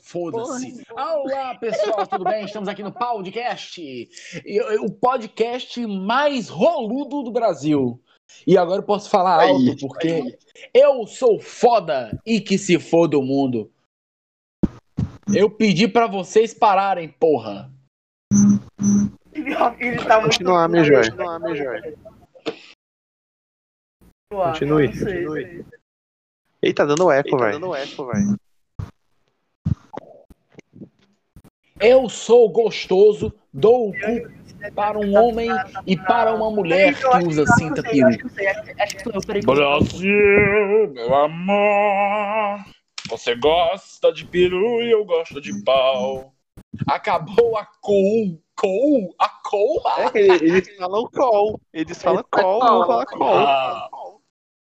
foda-se. Olá, pessoal, tudo bem? Estamos aqui no podcast. O podcast mais roludo do Brasil. E agora eu posso falar alto, porque eu sou foda e que se foda o mundo. Eu pedi pra vocês pararem, porra. Ele tá muito... Continuar, meu Jorge. Continue. Ei, tá dando eco, velho. Eu sou gostoso, dou o cu para um homem e para uma mulher que usa cinta peru. Acho que sou eu, peraí. Brasil, meu amor, você gosta de peru e eu gosto de pau. Acabou a col. É que eles falam call. Eles falam call, não falam call.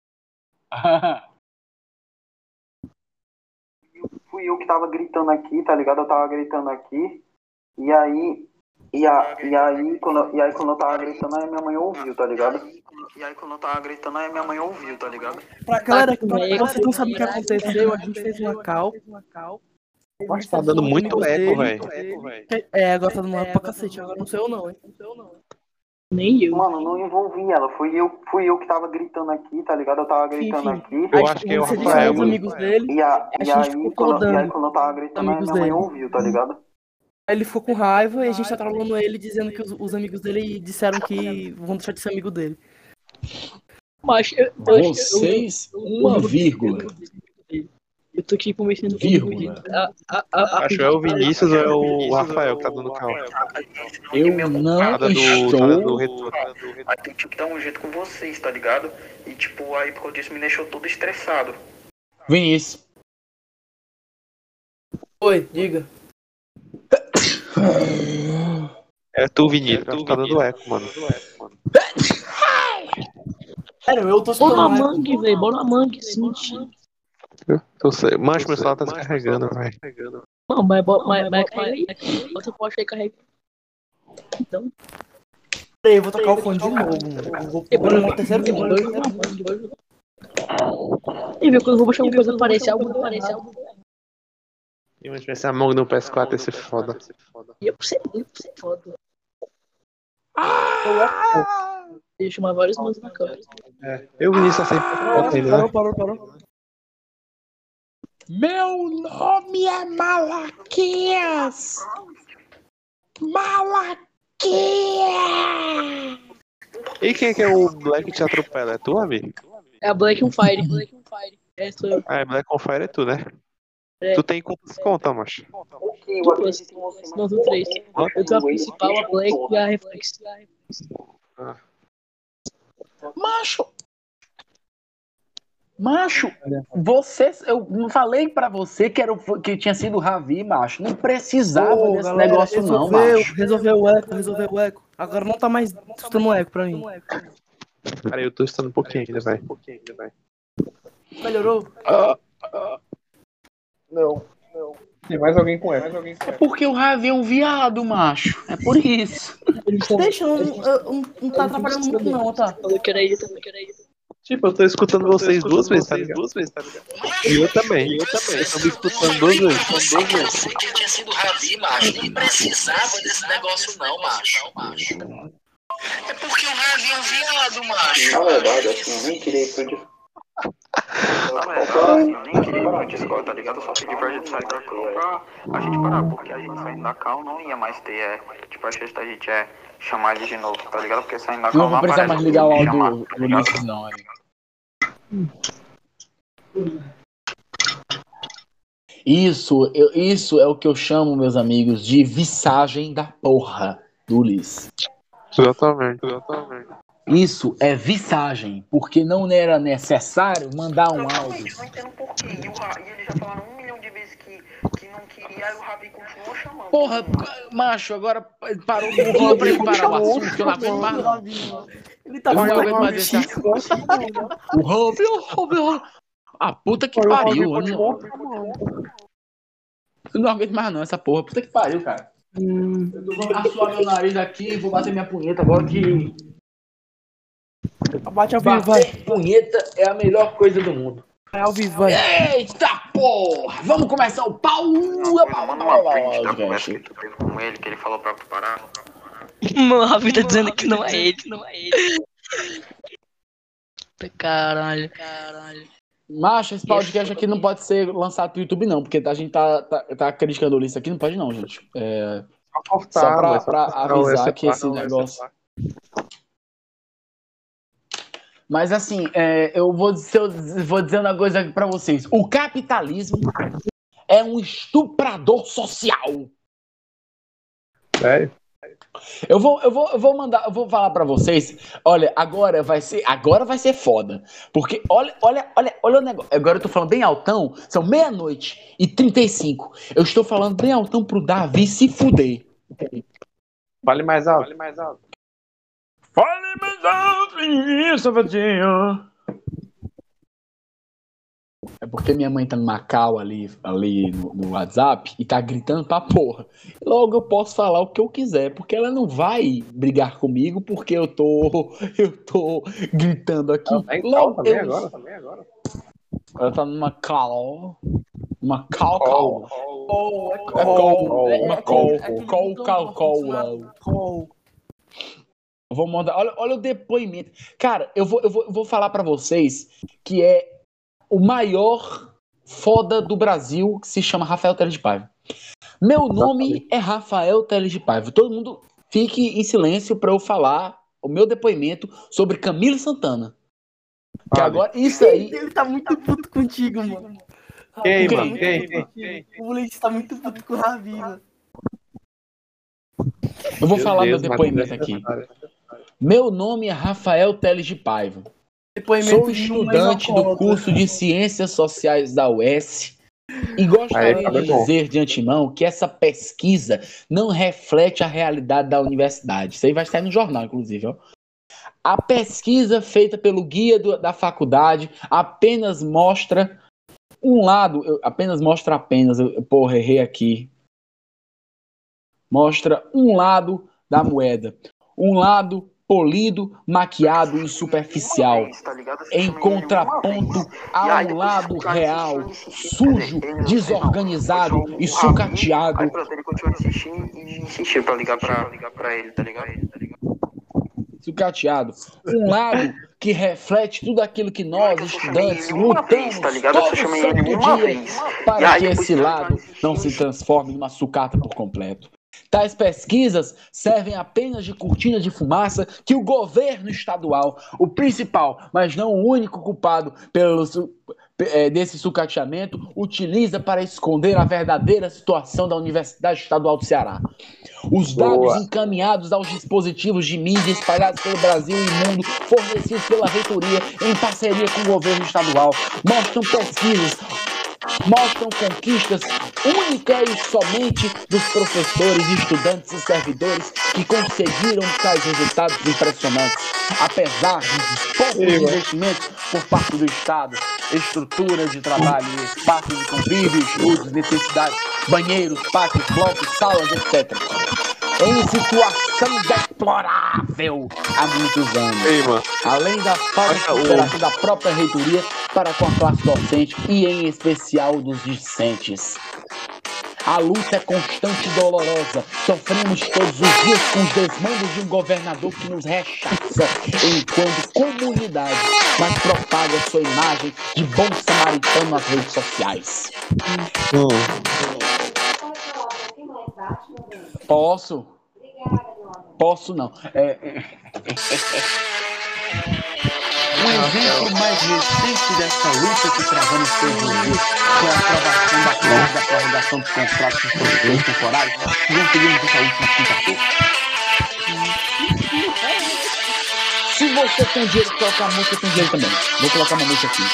Fui eu que tava gritando aqui, tá ligado? Eu tava gritando aqui. E aí quando eu tava gritando, aí minha mãe ouviu, tá ligado? Pra galera que você não sabe o que aconteceu, a gente fez uma call. Mas tá dando muito eco, velho. É, agora tá dando uma pra cacete, agora não sei eu não, hein? Nem eu. Mano, não envolvi ela. Fui eu que tava gritando aqui, tá ligado? Eu tava gritando Enfim. aqui. Eu acho que é o Você disse Rafael. aos amigos dele, E a gente aí, ficou quando codando. eu tava gritando, aí Amigos minha mãe dele. ouviu, tá ligado? Aí ele ficou com raiva e a gente tá trolando ele, dizendo que os amigos dele disseram que vão deixar de ser amigo dele. Mas Vocês, uma vírgula. eu tô aqui conversando Vírgula. Acho que é o Vinícius ou é o Rafael que tá dando cal. Eu não Nada do estou... retorno. Aí tem que dar um jeito com vocês, tá ligado? E tipo, aí por causa disso me deixou todo estressado. Vinícius. Oi, diga. É tu, Vinícius. Tá dando eco, mano. Sério, eu tô Bora escutando. mangue, velho. Bora mangue, sim. Mancho, meu celular tá descarregando, velho. Não, mas carrega aí. Você pode aí, carrega. Então. Peraí, eu vou tocar o fone de novo, mano. Vou pôr no terceiro fone. E viu quando eu vou baixar alguma coisa, aparece algo. E se tivesse a mão no PS4 ia ser foda. E eu sei foda. Deixa eu chamar vários manos na câmera. Eu, Vinícius, sempre foda ainda, né? Parou. Meu nome é Malaquias. E quem é que é o Black que te atropela? É tu, amigo? É a Black on Fire. É, sou eu. Ah, é Black on Fire é tu, né? É. Tu tem quantas contas, macho? Ok, eu Duas. acredito em você, Não, são três. Eu tenho a principal, a Black e a Reflex. Macho, eu não falei pra você que tinha sido o Ravi, macho. Não precisava desse galera, negócio não, macho. Resolveu o eco. Agora não tá mais escutando o eco pra mim. Cara, eu tô estando um pouquinho ainda, velho. Melhorou? Não. Tem mais alguém com eco. É porque o Ravi é um viado, macho. É por isso. Deixa, não tá atrapalhando muito não, tá? Falou que era aí também. Tipo, eu tô escutando vocês duas vezes, tá ligado? E eu também. Eu tô me escutando duas vezes. Que tinha sido o Ravi, macho. Nem precisava desse negócio não, macho. É porque o Ravi é um viado, macho. Na verdade, assim, eu nem queria ir pro Discord. Tá ligado? Eu só pedi pra gente sair da call pra a gente parar, porque a gente saindo da call não ia mais ter, tipo, a gente chamar ele de novo, tá ligado? Porque saindo da call Não vou precisar mais ligar o áudio do Ulisses, não, amigo. Isso é o que eu chamo, meus amigos, de viçagem da porra do Ulisses. Exatamente. Isso é viçagem, porque não era necessário mandar um áudio. Eu não entendo por quê. E eles já falaram 1 milhão de vezes que não queria, aí o Ravi continuou chamando. Porra, macho, agora parou com o pra ele parar o assunto, que eu não aguento mais não. Ele tá Eu não falando aguento mais esse assunto. O Ravi. Ah, puta que pariu. Eu não aguento mais não, essa porra. Puta que pariu, cara. Eu vou assoar meu nariz aqui e vou bater minha punheta agora que... Bate ao vivo, vai. Bater punheta é a melhor coisa do mundo. Vai ao vivo, vai. Eita porra! Vamos começar o pau! Manda uma print da conversa que tu teve com ele, que ele falou pra tu parar. Mano, o Ravi tá dizendo que não é ele, Caralho. Macho, esse podcast aqui não pode ser lançado pro YouTube, não, porque a gente tá criticando isso aqui, não pode não, gente. Só pra avisar que esse negócio... Mas assim, eu vou dizer uma coisa aqui pra vocês. O capitalismo é um estuprador social. Sério? Eu vou falar pra vocês. Olha, agora vai ser foda. Porque olha o negócio. Agora eu tô falando bem altão. São 00:35. Eu estou falando bem altão pro Davi se fuder. Fale mais alto. Fale mais alto, isso, vadinho. É porque minha mãe tá no Macau ali no WhatsApp e tá gritando pra porra. Logo eu posso falar o que eu quiser, porque ela não vai brigar comigo porque eu tô gritando aqui. Logo também agora. Ela tá no Macau. Eu vou mandar. Olha o depoimento. Cara, eu vou falar pra vocês que é o maior foda do Brasil, que se chama Rafael Teles de Paiva. Meu nome é Rafael Teles de Paiva. Todo mundo fique em silêncio pra eu falar o meu depoimento sobre Camilo Santana. Que agora, isso aí... Ele tá muito puto contigo, mano. Quem, mano? O moleque tá muito puto com o Ravi, mano. Eu vou falar meu depoimento aqui. Meu nome é Rafael Teles de Paiva. Sou estudante do curso de Ciências Sociais da UES e gostaria de dizer de antemão que essa pesquisa não reflete a realidade da universidade. Isso aí vai sair no jornal, inclusive. Ó. A pesquisa feita pelo guia da faculdade apenas mostra um lado, errei aqui. Mostra um lado da moeda. Um lado polido, maquiado e superficial, em contraponto ao lado real, sujo, desorganizado e sucateado. Aí pronto, ele continua insistindo pra ligar pra ele, tá ligado? Sucateado. Um lado que reflete tudo aquilo que nós, estudantes, lutamos todo santo dia para que esse lado não se transforme numa sucata por completo. Tais pesquisas servem apenas de cortina de fumaça que o governo estadual, o principal, mas não o único culpado desse sucateamento, utiliza para esconder a verdadeira situação da Universidade Estadual do Ceará. Os dados encaminhados aos dispositivos de mídia espalhados pelo Brasil e mundo, fornecidos pela reitoria em parceria com o governo estadual, mostram conquistas únicas e somente dos professores, estudantes e servidores que conseguiram tais resultados impressionantes, apesar de poucos investimentos por parte do Estado, estruturas de trabalho, espaços de convívio, estudos, necessidades, banheiros, pátios, blocos, salas, etc. Em situação deplorável há muitos anos. Além da falta de cooperação da própria reitoria para com a classe docente e, em especial, dos discentes. A luta é constante e dolorosa. Sofremos todos os dias com os desmandos de um governador que nos rechaça enquanto comunidade, mas propaga sua imagem de bom samaritano nas redes sociais. Posso? Posso não. Um exemplo mais recente dessa luta que travamos todos os dias foi a aprovação da PEC da prorrogação dos contratos de professores temporários que não teríamos essa última quinta-feira. Se você tem dinheiro para colocar a música, eu tenho dinheiro também. Vou colocar uma música aqui.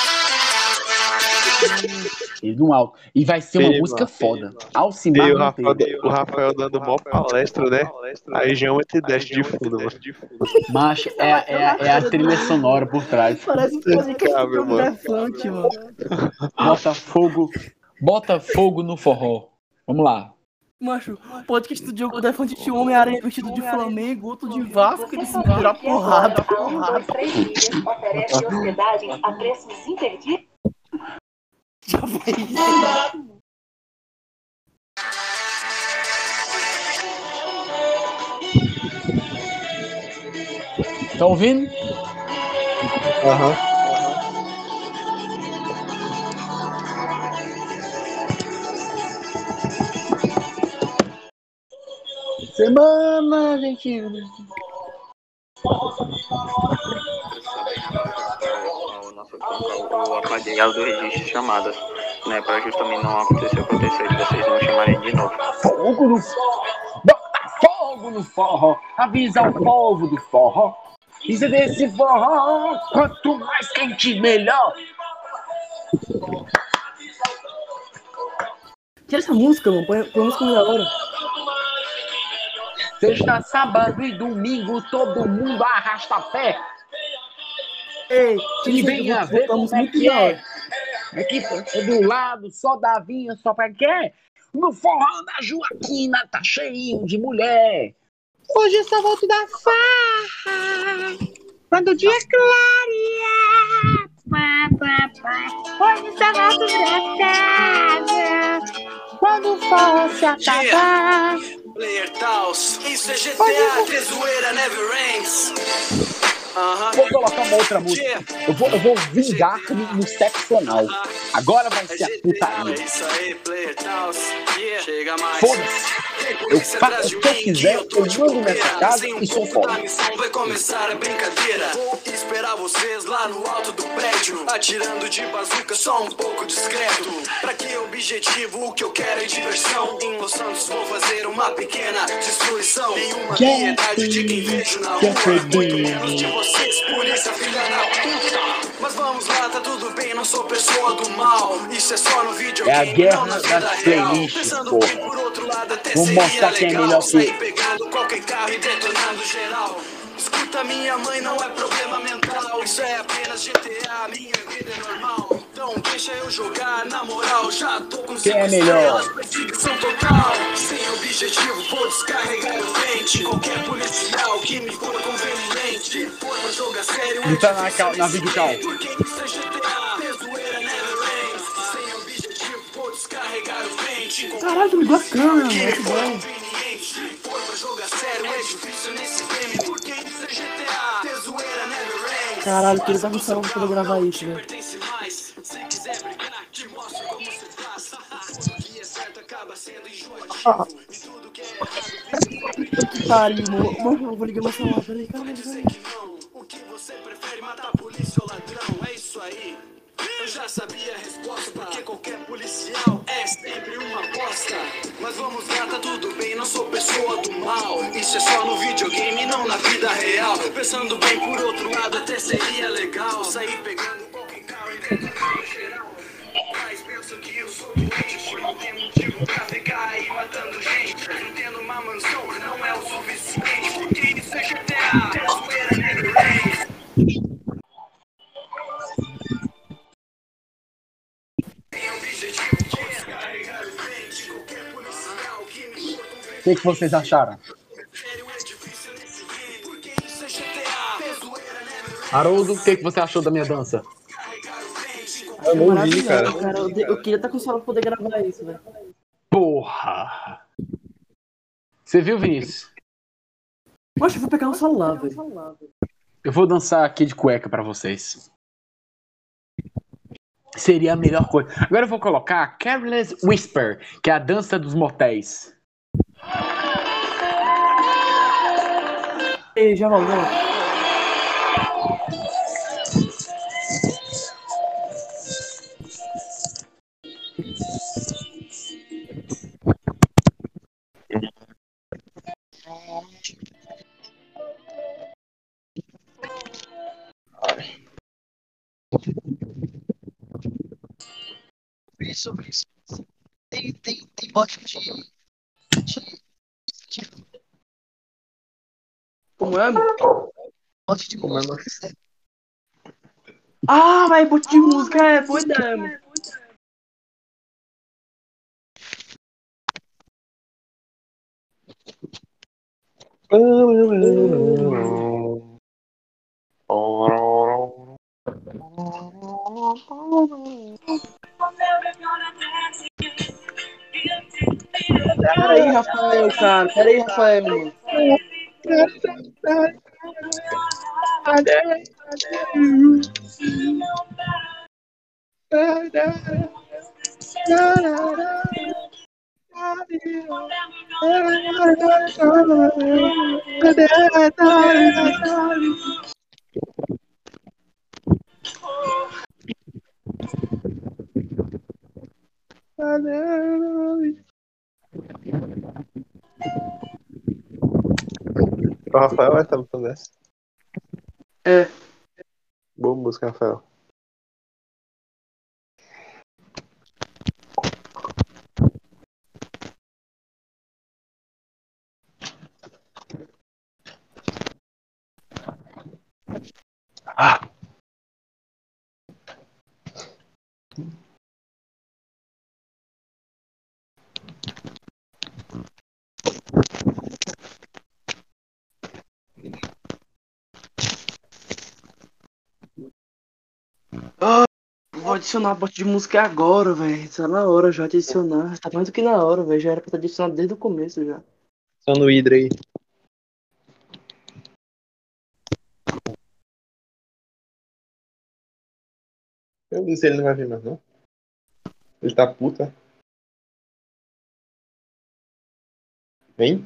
E no alto. E vai ser uma música foda. Alcimar o Rafael dando mó palestra, né? Aí geometria desce de fundo, mano. Macho, é a trilha sonora por trás. Parece um podcast do Defante, mano. Bota fogo no forró. Vamos lá. Macho, podcast do Diogo Defante tinha um Homem-Aranha vestido de Flamengo, outro de Vasco, ele se virar porrada. 3 dias, oferece hospedagens a preços imperdíveis. Já foi. Tá ouvindo? Aham. Semana, gente. Eu apaguei as do registro de chamadas, né? Pra justamente não acontecer de vocês não chamarem de novo. Fogo no forró. Bota fogo no forró. Avisa o povo do forró. Isso desse forró. Quanto mais quente, melhor. Tira essa música, mano. Põe música da hora. Sexta, sábado e domingo, todo mundo arrasta pé. Ei, E venha ver como é que é. hora. Aqui do lado, só Davinha, só pra quê? No forró da Joaquina tá cheio de mulher. Hoje eu só volto da farra. Quando o dia clarear. Hoje só volto pra casa. Quando o forró se acabar. Player Taos, isso é GTA, Trezoeira Never Ends. Vou colocar uma outra música. Eu vou vingar-me no sexo anal. Agora vai ser a putaria. É isso aí, Player Taos. Chega mais. Foda-se. Eu faço o que eu quiser, eu mando nessa casa e sou foda. A missão vai começar a brincadeira. Vou esperar vocês lá no alto do prédio, atirando de bazuca, só um pouco discreto. Pra que objetivo? O que eu quero é diversão. Em Los Santos vou fazer uma pequena destruição. Nenhuma piedade de quem vejo na rua. Muito menos de vocês, polícia, filha da puta. Mas vamos lá, tá tudo bem, não sou pessoa do mal. Isso é só no vídeo. É a guerra das playlists, porra. Vamos mostrar quem é melhor que... Pegando qualquer carro e detonando geral. Escuta, minha mãe, não é problema mental. Isso é apenas GTA, minha vida é normal. Então deixa eu jogar, na moral, já tô com quem é melhor? Perseguição total. Sem objetivo, vou descarregar o pente. Qualquer policial que me for conveniente. For pra jogar sério, não tá na videocall. porque isso é GTA, Trezoeira Never Ends. Sem objetivo, vou descarregar o pente. Caralho, me bacana, mano. Muito bom. For pra jogar sério, é difícil nesse game. Porque isso é GTA, Trezoeira Never Ends. Caralho, que ele tá com saúde pra poder gravar isso, velho. Pertence mais. Se quiser brincar, te mostro como se faz. O que é certo acaba sendo enjoativo. E tudo que é errado. Que pariu, mano. Eu vou ligar meu celular, peraí, calma. O que você prefere, matar polícia ou ladrão? É isso aí. Eu já sabia a resposta, porque qualquer policial é sempre uma bosta. Mas vamos lá, tá tudo bem, não sou pessoa do mal. Isso é só no videogame, não na vida real. Pensando bem, por outro lado, até seria legal sair pegando qualquer carro e detonando geral. Mas penso que eu sou doente, por não ter motivo pra ficar aí matando gente. Não tendo uma mansão não é o suficiente, porque isso é GTA, Trezoeira Never Ends. O que vocês acharam? Haroldo, o que você achou da minha dança? Eu não vi, cara. Eu queria estar com o celular pra poder gravar isso, velho. Porra! Você viu, Vinícius? Poxa, eu vou pegar um celular, velho. Eu vou dançar aqui de cueca pra vocês. Seria a melhor coisa. Agora eu vou colocar Careless Whisper, que é a dança dos motéis. Ei, já valeu. Sobre isso. Tem bot de Como é, mano? bot de música. Ah, mas bot de música é boa ideia, mano. Peraí, Rafael, cara. Peraí, Rafael, mano. O Rafael vai estar lutando essa. É. Boa música, Rafael. Ah! Vou adicionar a bot de música agora, velho. Tá na hora já de adicionar. Tá mais do que na hora, velho. Já era pra estar adicionado desde o começo já. Só no Hydra aí. Eu disse, ele não vai vir mais, não? Ele tá puta. Vem?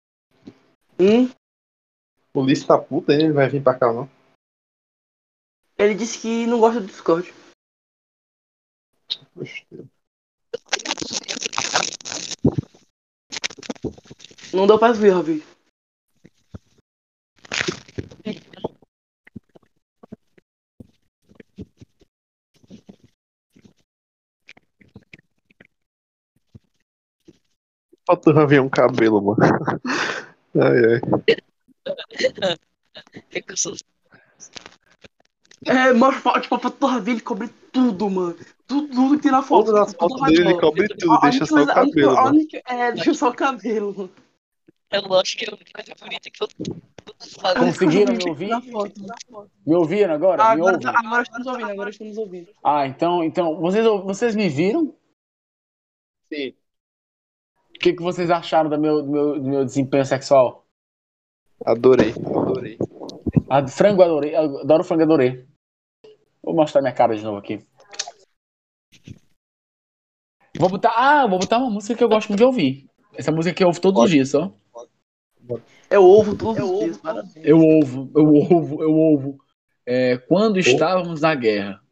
O Ulisses tá puta, ele não vai vir pra cá, não? Ele disse que não gosta do Discord. Poxa, Não deu pra ver, Ravi. falta tu ver um cabelo, mano. Ai, ai. É que eu sou. É, mas tipo, pra tu Ravi, ele cobre tudo, mano. Tudo que tem na foto. Todas as tudo fotos dele, ele cobre tudo, deixa só o cabelo, mano. Deixa só o cabelo. É lógico que é a única coisa bonita que eu faço. Conseguiram me ouvir? Me ouviram agora? Me Agora, ouvem? agora estamos ouvindo. Ah, então vocês me viram? Sim. O que vocês acharam do meu desempenho sexual? Adorei. Frango, adoro frango, adorei. Vou mostrar minha cara de novo aqui. Vou botar uma música que eu gosto muito de ouvir. Essa música que eu ouvo todos os dias, ó. Eu ouvo todos os dias, parabéns. Eu ouvo. Quando estávamos na guerra.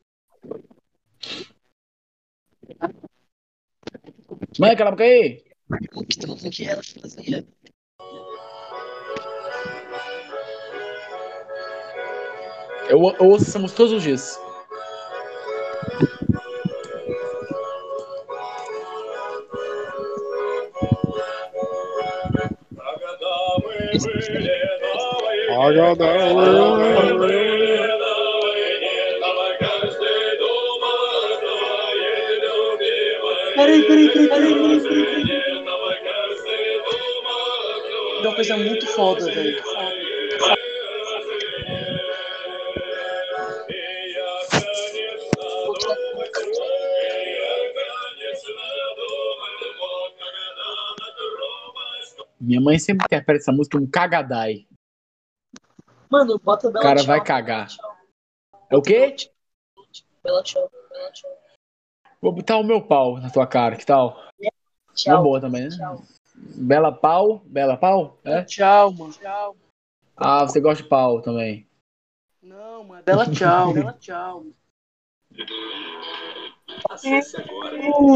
Mãe, aquela boca aí. O que ela fazia? Eu ouço essa música todos os dias. Peraí. É uma coisa muito foda, velho. Minha mãe sempre interpreta essa música como cagadai. Mano, bota O Bela cara Tchau. vai cagar. É o quê? Bela Tchau. Vou botar o meu pau na tua cara, que tal? Uma Tchau. boa também, né? Bela pau? É? Tchau, mano. Ah, você gosta de pau também. Não, mano. Bela tchau. Acesse agora.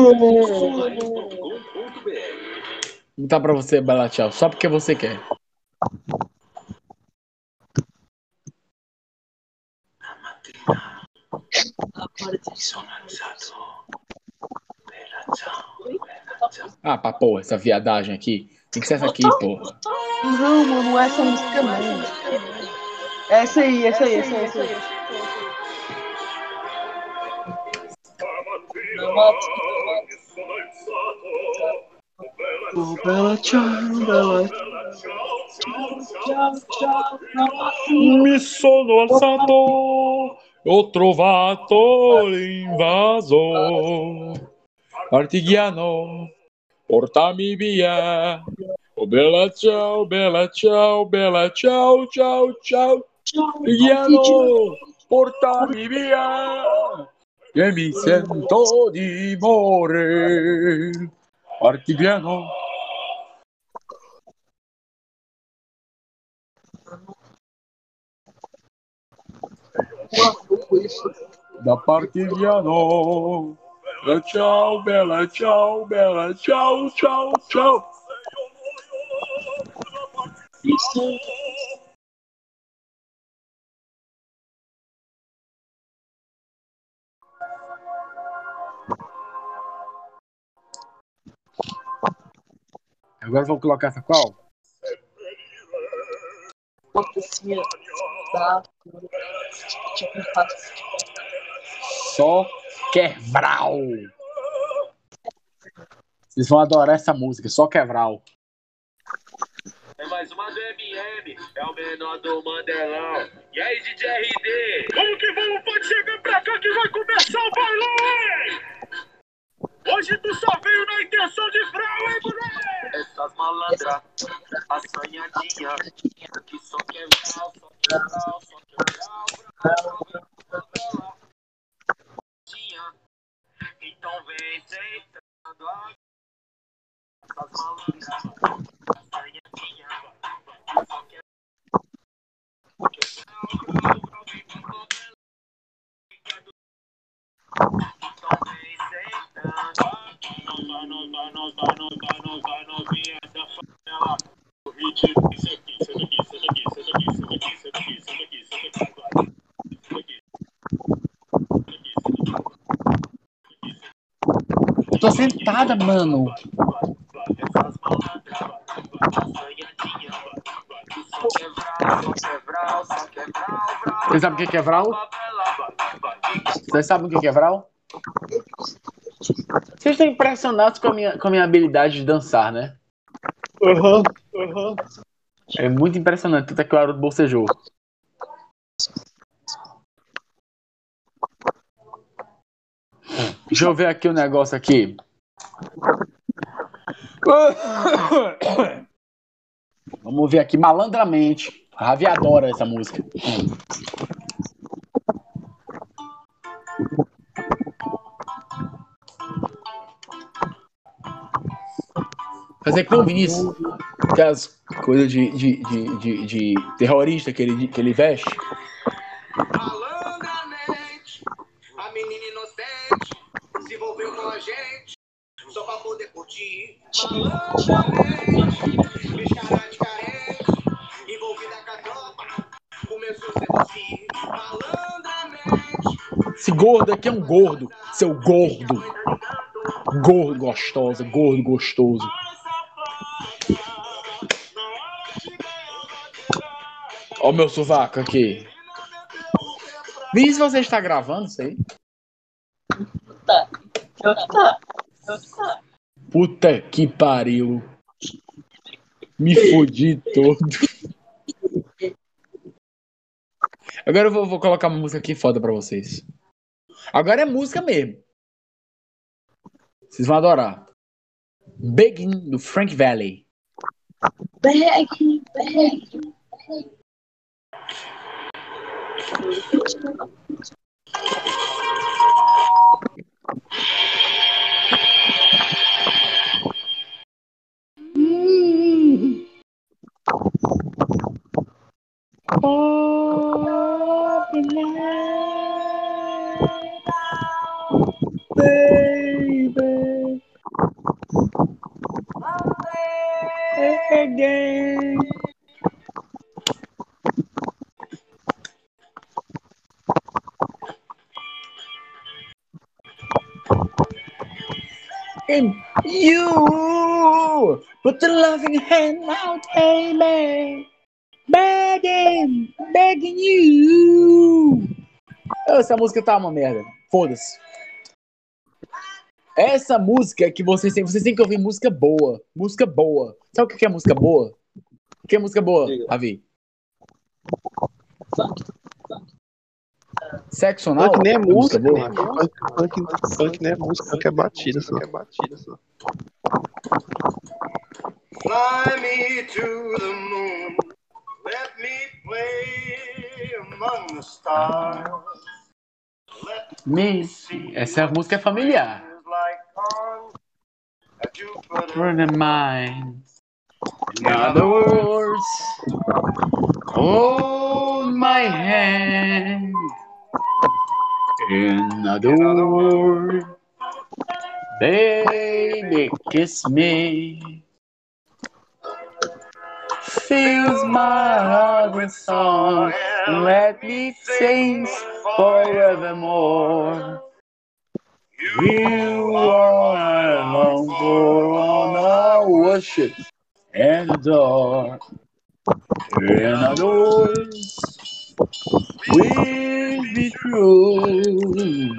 Vou botar pra você, Bela tchau, só porque você quer. Ah, pra porra, essa viadagem aqui. Tem que ser essa aqui, porra. Não, mano, essa música não. Essa aí. Oh, Bela tchau. Mi sono alzato, ho trovato l'invaso. Partigiano, portar-me bem. Oh, bela tchau, tchau, tchau, tchau. Piano, portar-me bem. Que me sento de morrer. Partigiano. Da Partigiano. Bela tchau, tchau, tchau. Agora vou colocar essa qual? Só Quebral. Vocês vão adorar essa música, Só Quebral. É mais uma do MM, é o menor do Mandelão. E aí, DJ RD? Vamos que vamos, pode chegar pra cá que vai começar o bailão! Hoje tu só veio na intenção de frau, hein, moleque? Essas malandras, assanhadinha, que só quer frau, só quer frau, só quer frau. Então vem sentando a... Essas malandras, assanhadinha, que só quer Eu tô sentada, mano. Você sabe o que é vral? Vocês sabem o que é vral? Vocês estão impressionados com a minha habilidade de dançar, né? Uhum. É muito impressionante, tanto é que o Haroldo bocejou. Deixa eu ver aqui o negócio aqui. Vamos ver aqui, Malandramente. A Ravi adora essa música. Fazer que não Vinícius. Aquelas coisas de terrorista que ele veste. Malandramente, a menina inocente se envolveu com a gente só pra poder curtir. Malandramente, biscarate carente, envolvida com a tropa, começou a seduzir. Malandramente. Esse gordo aqui é um gordo. Seu gordo. Gordo gostosa, gordo gostoso. Ó o meu sovaco aqui. Vinícius, você está gravando isso aí? Tá. Puta que pariu. Me fodi todo. Agora eu vou colocar uma música aqui foda pra vocês. Agora é música mesmo. Vocês vão adorar. Begging, do Frank Valley. Begging. Baby. Again. And you put the loving hand out, baby. Begging you. Essa música tá uma merda. Foda-se. Essa música que vocês têm que ouvir música boa. Música boa. Sabe o que é música boa? O que é música boa, Ravi? Sexo anal? Funk nem é música, boa. Funk nem é música, funk é batida só. Fly me to the moon. Let me play among the stars. Essa música é familiar. Running mine. In other words, hold my hand. In other words, baby, kiss me. Fills my heart with song. Let me sing forevermore. You are alone for all our worship and adore. In other words, we'll be true.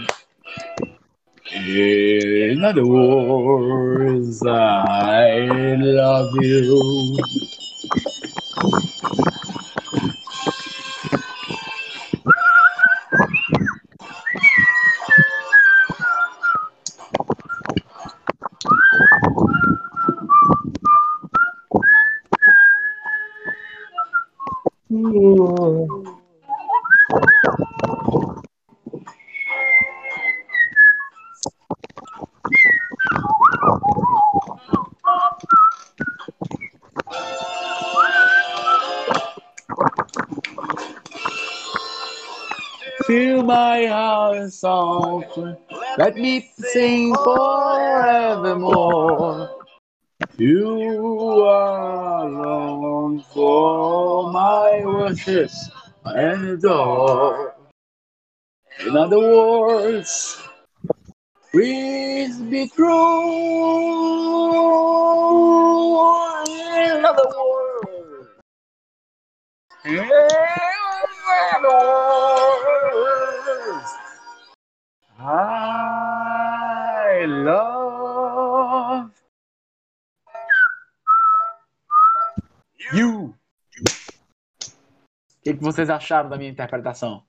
In other words, I love you. Fill my heart with song. Let me sing forevermore. You are alone for my worship and adore. In other words, please be true. In other words, I love you. O que vocês acharam da minha interpretação?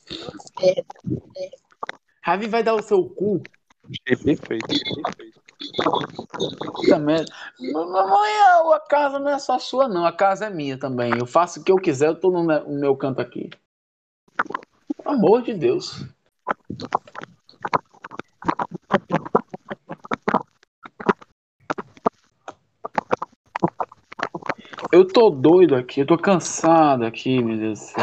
Ravi vai dar o seu cu. Achei perfeito. Puta merda. Mamãe, a casa não é só sua, não. A casa é minha também. Eu faço o que eu quiser, eu tô no meu canto aqui. Pelo amor de Deus. Eu tô doido aqui, eu tô cansado aqui, meu Deus do céu.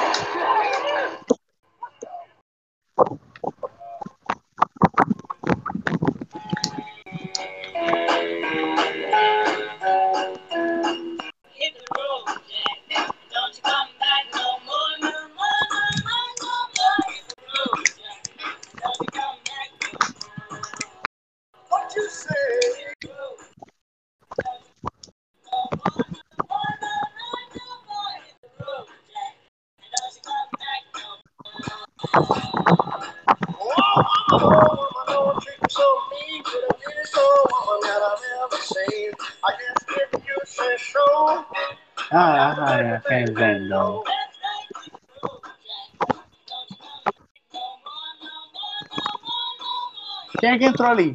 Quem vendo? Quem é que entrou ali?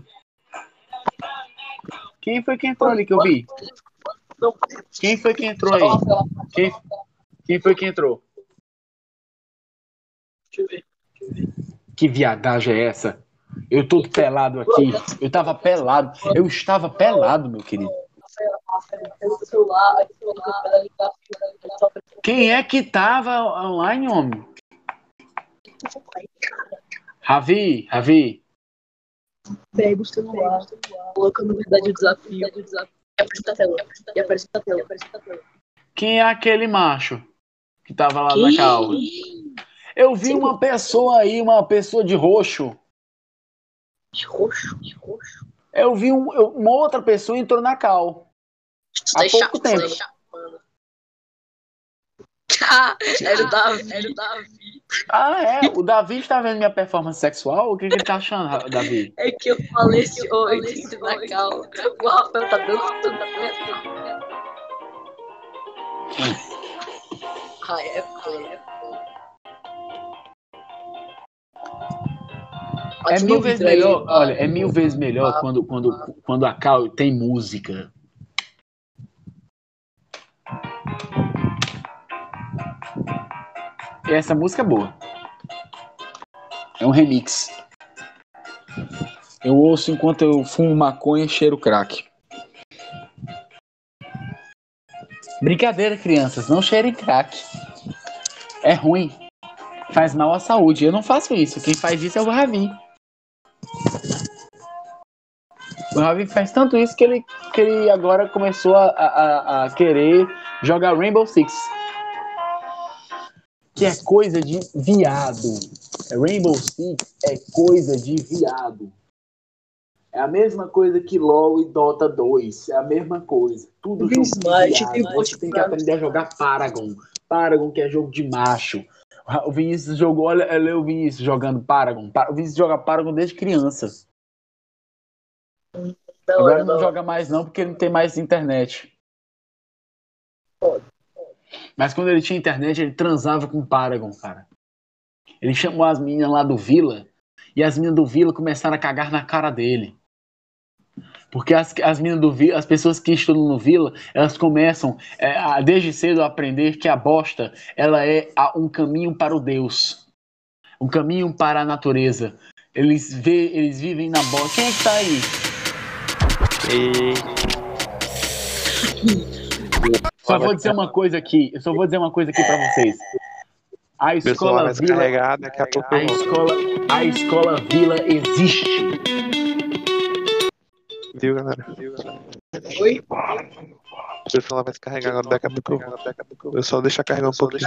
Quem foi que entrou ali que eu vi? Quem foi que entrou aí? Quem foi que entrou? Deixa eu ver. Que viadagem é essa? Eu tô pelado aqui. Eu estava pelado, meu querido. Quem é que tava online, homem? Ravi. Pega o celular, coloca no verdade o desafio. E aparece na tela. Quem é aquele macho que tava lá na cal? Eu vi uma pessoa aí, uma pessoa de roxo. De roxo? Eu vi uma outra pessoa entrou na cal. Há pouco tempo. Era o Davi. Ah, é? O Davi está vendo minha performance sexual? O que ele tá achando, Davi? É que eu falei esse oi dentro da cal. O Rafael tá dando tudo certo. É mil vezes melhor, olha, é mil vezes melhor quando a Cal tem música. E essa música é boa. É um remix. Eu ouço enquanto eu fumo maconha e cheiro crack. Brincadeira, crianças, não cheirem crack. É ruim. Faz mal à saúde. Eu não faço isso. Quem faz isso é o Ravi. O Ravi faz tanto isso que ele agora começou a querer jogar Rainbow Six. Que é coisa de viado. Rainbow Six é coisa de viado. É a mesma coisa que LoL e Dota 2. É a mesma coisa. Tudo jogo de viado. Você tem que aprender a jogar Paragon. Paragon que é jogo de macho. O Vinícius jogou, olha o Vinícius jogando Paragon. O Vinícius joga Paragon desde criança. Agora não joga mais não, porque ele não tem mais internet. Mas quando ele tinha internet, ele transava com Paragon, cara. Ele chamou as meninas lá do Vila, e as meninas do Vila começaram a cagar na cara dele. Porque as meninas do Vila, as pessoas que estudam no Vila, elas começam desde cedo a aprender que a bosta, ela é um caminho para o Deus. Um caminho para a natureza. Eles vivem na bosta. Quem é que tá aí? Só vou dizer uma coisa aqui. Eu só vou dizer uma coisa aqui pra vocês. A escola Vila, a escola Vila existe. Viu, galera? Oi? O pessoal vai se carregar agora, daqui a pouco. Eu só deixo carregar um pouquinho.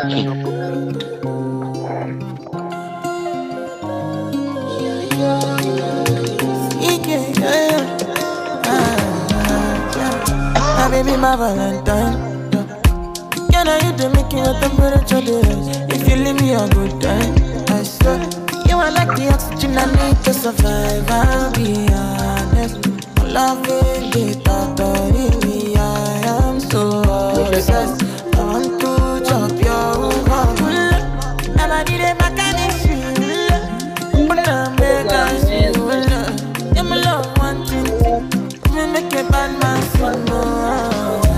My baby, my Valentine. Can I you to make your temperature rise? If you leave me a good time, I swear. You are like the oxygen I need to survive. I'll be honest. Loving the thought of me, I am so obsessed. I want to chop your heart. Never did a mechanic. But I'm making you. You're my love, one thing. Me make a bad man sing more.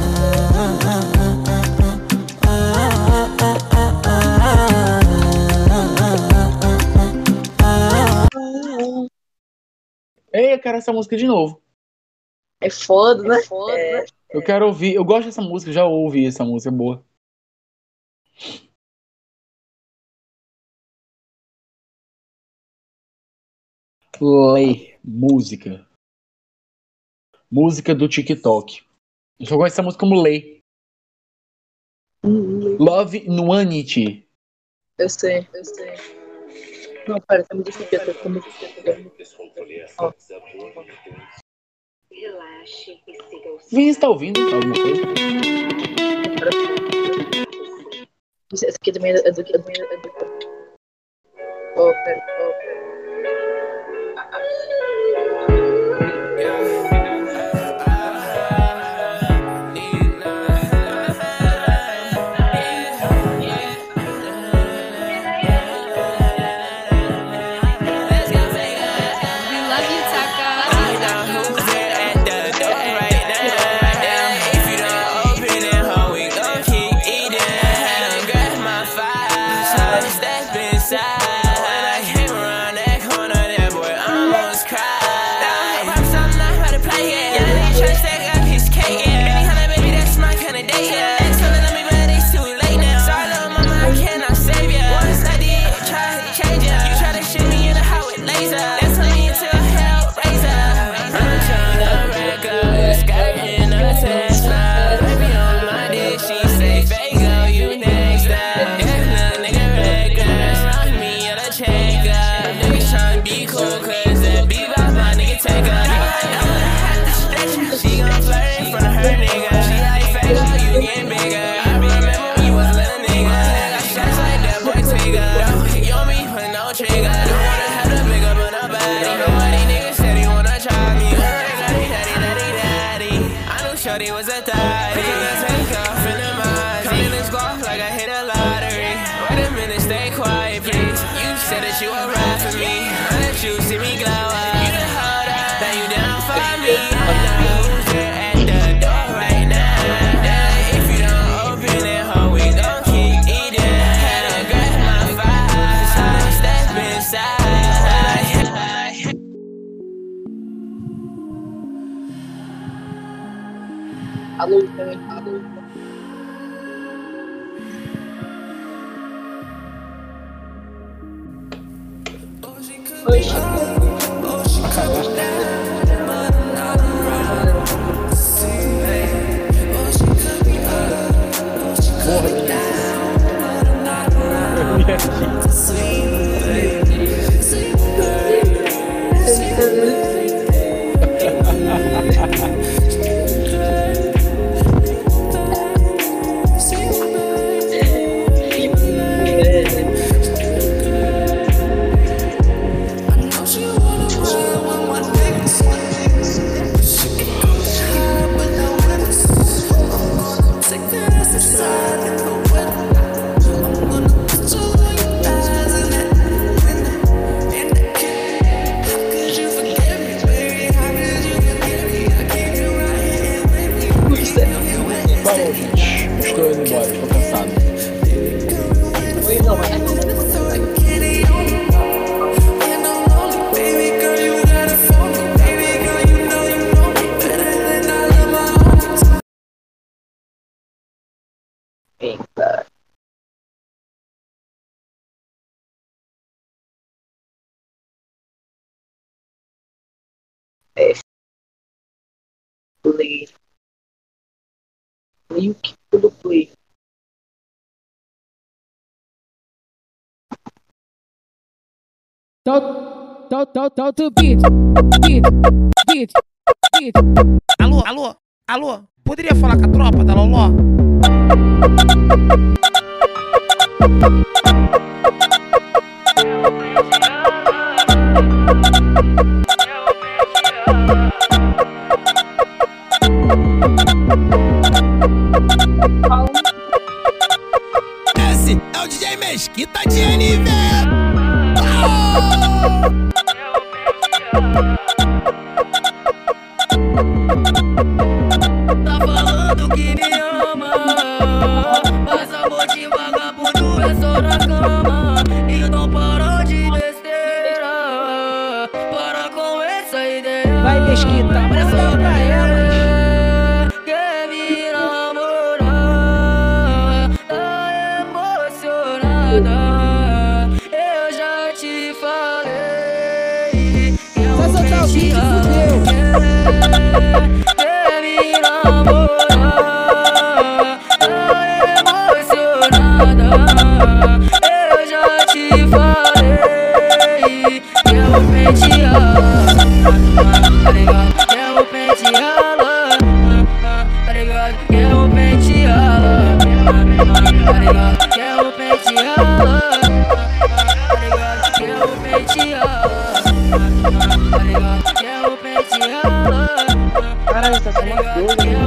Ei, eu quero essa música de novo. É foda, né? Eu quero ouvir. Eu gosto dessa música, já ouvi essa música, é boa. Lei, música. Música do TikTok. Eu só gosto dessa música como Lei. Love Nuanity. Eu sei. Não, pera, tá me desculpando. Vinícius tá ouvindo alguma coisa? Esse aqui também é do... Oh, pera. Shorty was a thotty. Take off in the mind. Come in this golf like I hit a lottery. Wait a minute, stay quiet, please. You said that you were right for me. Now that you see me Alô, também. Oxi. Falou, gente. Estou indo embora, estou cansado. Oi, não, mas... Eita. Play. Link do play. Solta o beat. Alô, poderia falar com a tropa da Loló? Esse é o DJ Mesquita de NV. Tá falando que me ama, mas amor de vagabundo é só na cama. Então para de besteira, para com essa ideia. Vai, Mesquita, pressa pra elas. Quer me namorar, tá emocionada. Eu já te falei que eu vou te quer me namorar, tá emocionada. Eu já te falei que eu vou pentear, tá ligado? Que eu vou penteá-la, tá ligado? Que eu vou penteá-la, tá ligado? Que eu vou penteá-la, tá ligado? Que eu vou penteá-la, tá ligado? Que eu vou penteá-la. Caralho, essa é uma doida, velho.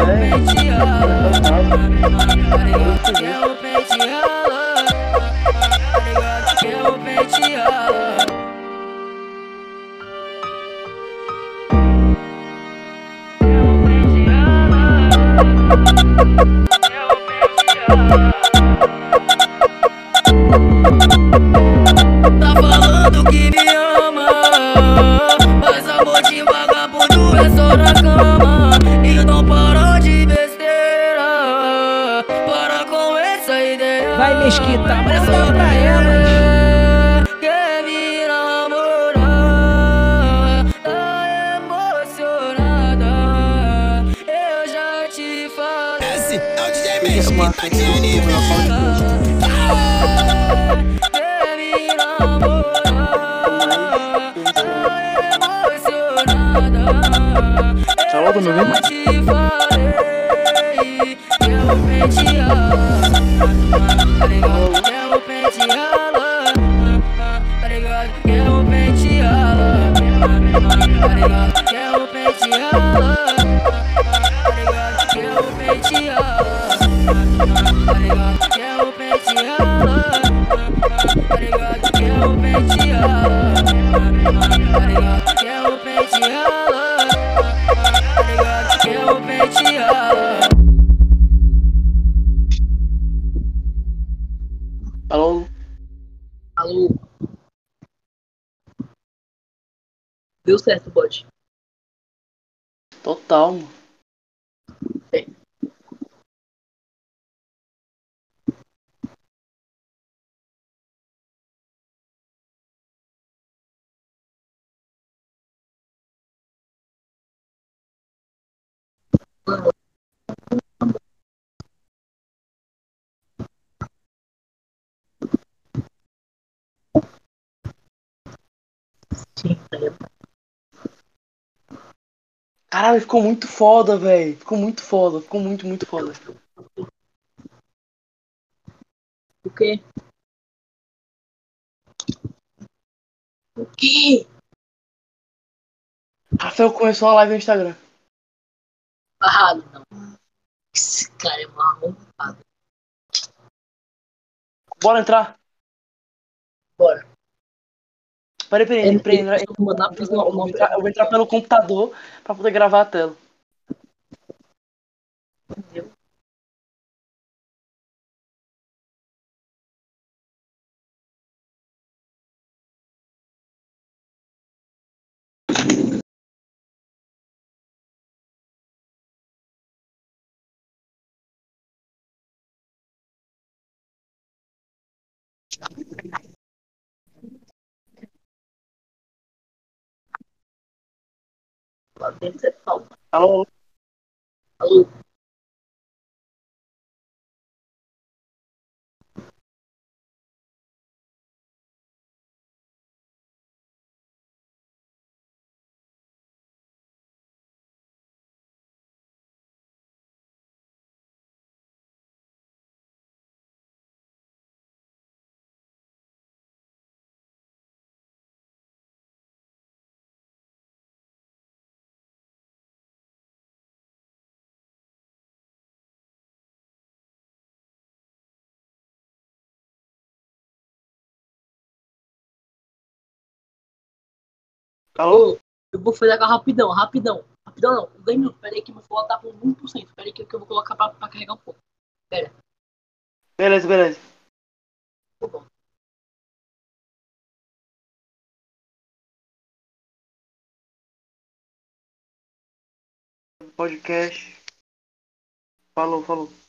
Tá falando que me ama, mas amor de vagabundo é só na cama. Então para de besteira, para com essa ideia. Vai, Mesquita, pressa pra elas. Quer me namorar, tá emocionada. Eu já te falei. Esse é o DJ Mesquita de NV. Quer me namorar, tá emocionada. Salva, meu bem. Eu te falei que eu vou pentear, tá ligado? Que eu vou penteá-la, tá ligado? Que eu vou penteá-la, tá ligado? Que eu vou penteá-la, tá ligado? Que eu vou penteá-la, tá ligado? Que eu vou penteá-la, tá ligado? Que eu vou penteá-la, tá ligado? Que eu vou penteá-la, tá ligado? Que eu vou penteá-la. Alô? Alô. Deu certo, bot. Total, mano. Caralho, ficou muito foda, velho. Ficou muito foda. Ficou muito, muito foda. O quê? O quê? Rafael começou a live no Instagram. Barrado, não. Esse cara é um arrombado. Bora entrar? Bora. Peraí, eu vou entrar pelo computador pra poder gravar a tela. Lá dentro é falta. Alô? Alô? Alô? Eu vou fazer agora rapidão, rapidão. Rapidão não, 2 minutos. Pera aí que meu celular tá com 1%. Pera aí que eu vou colocar pra carregar um pouco. Pera. Beleza, beleza. Tá bom. Podcast. Falou, falou.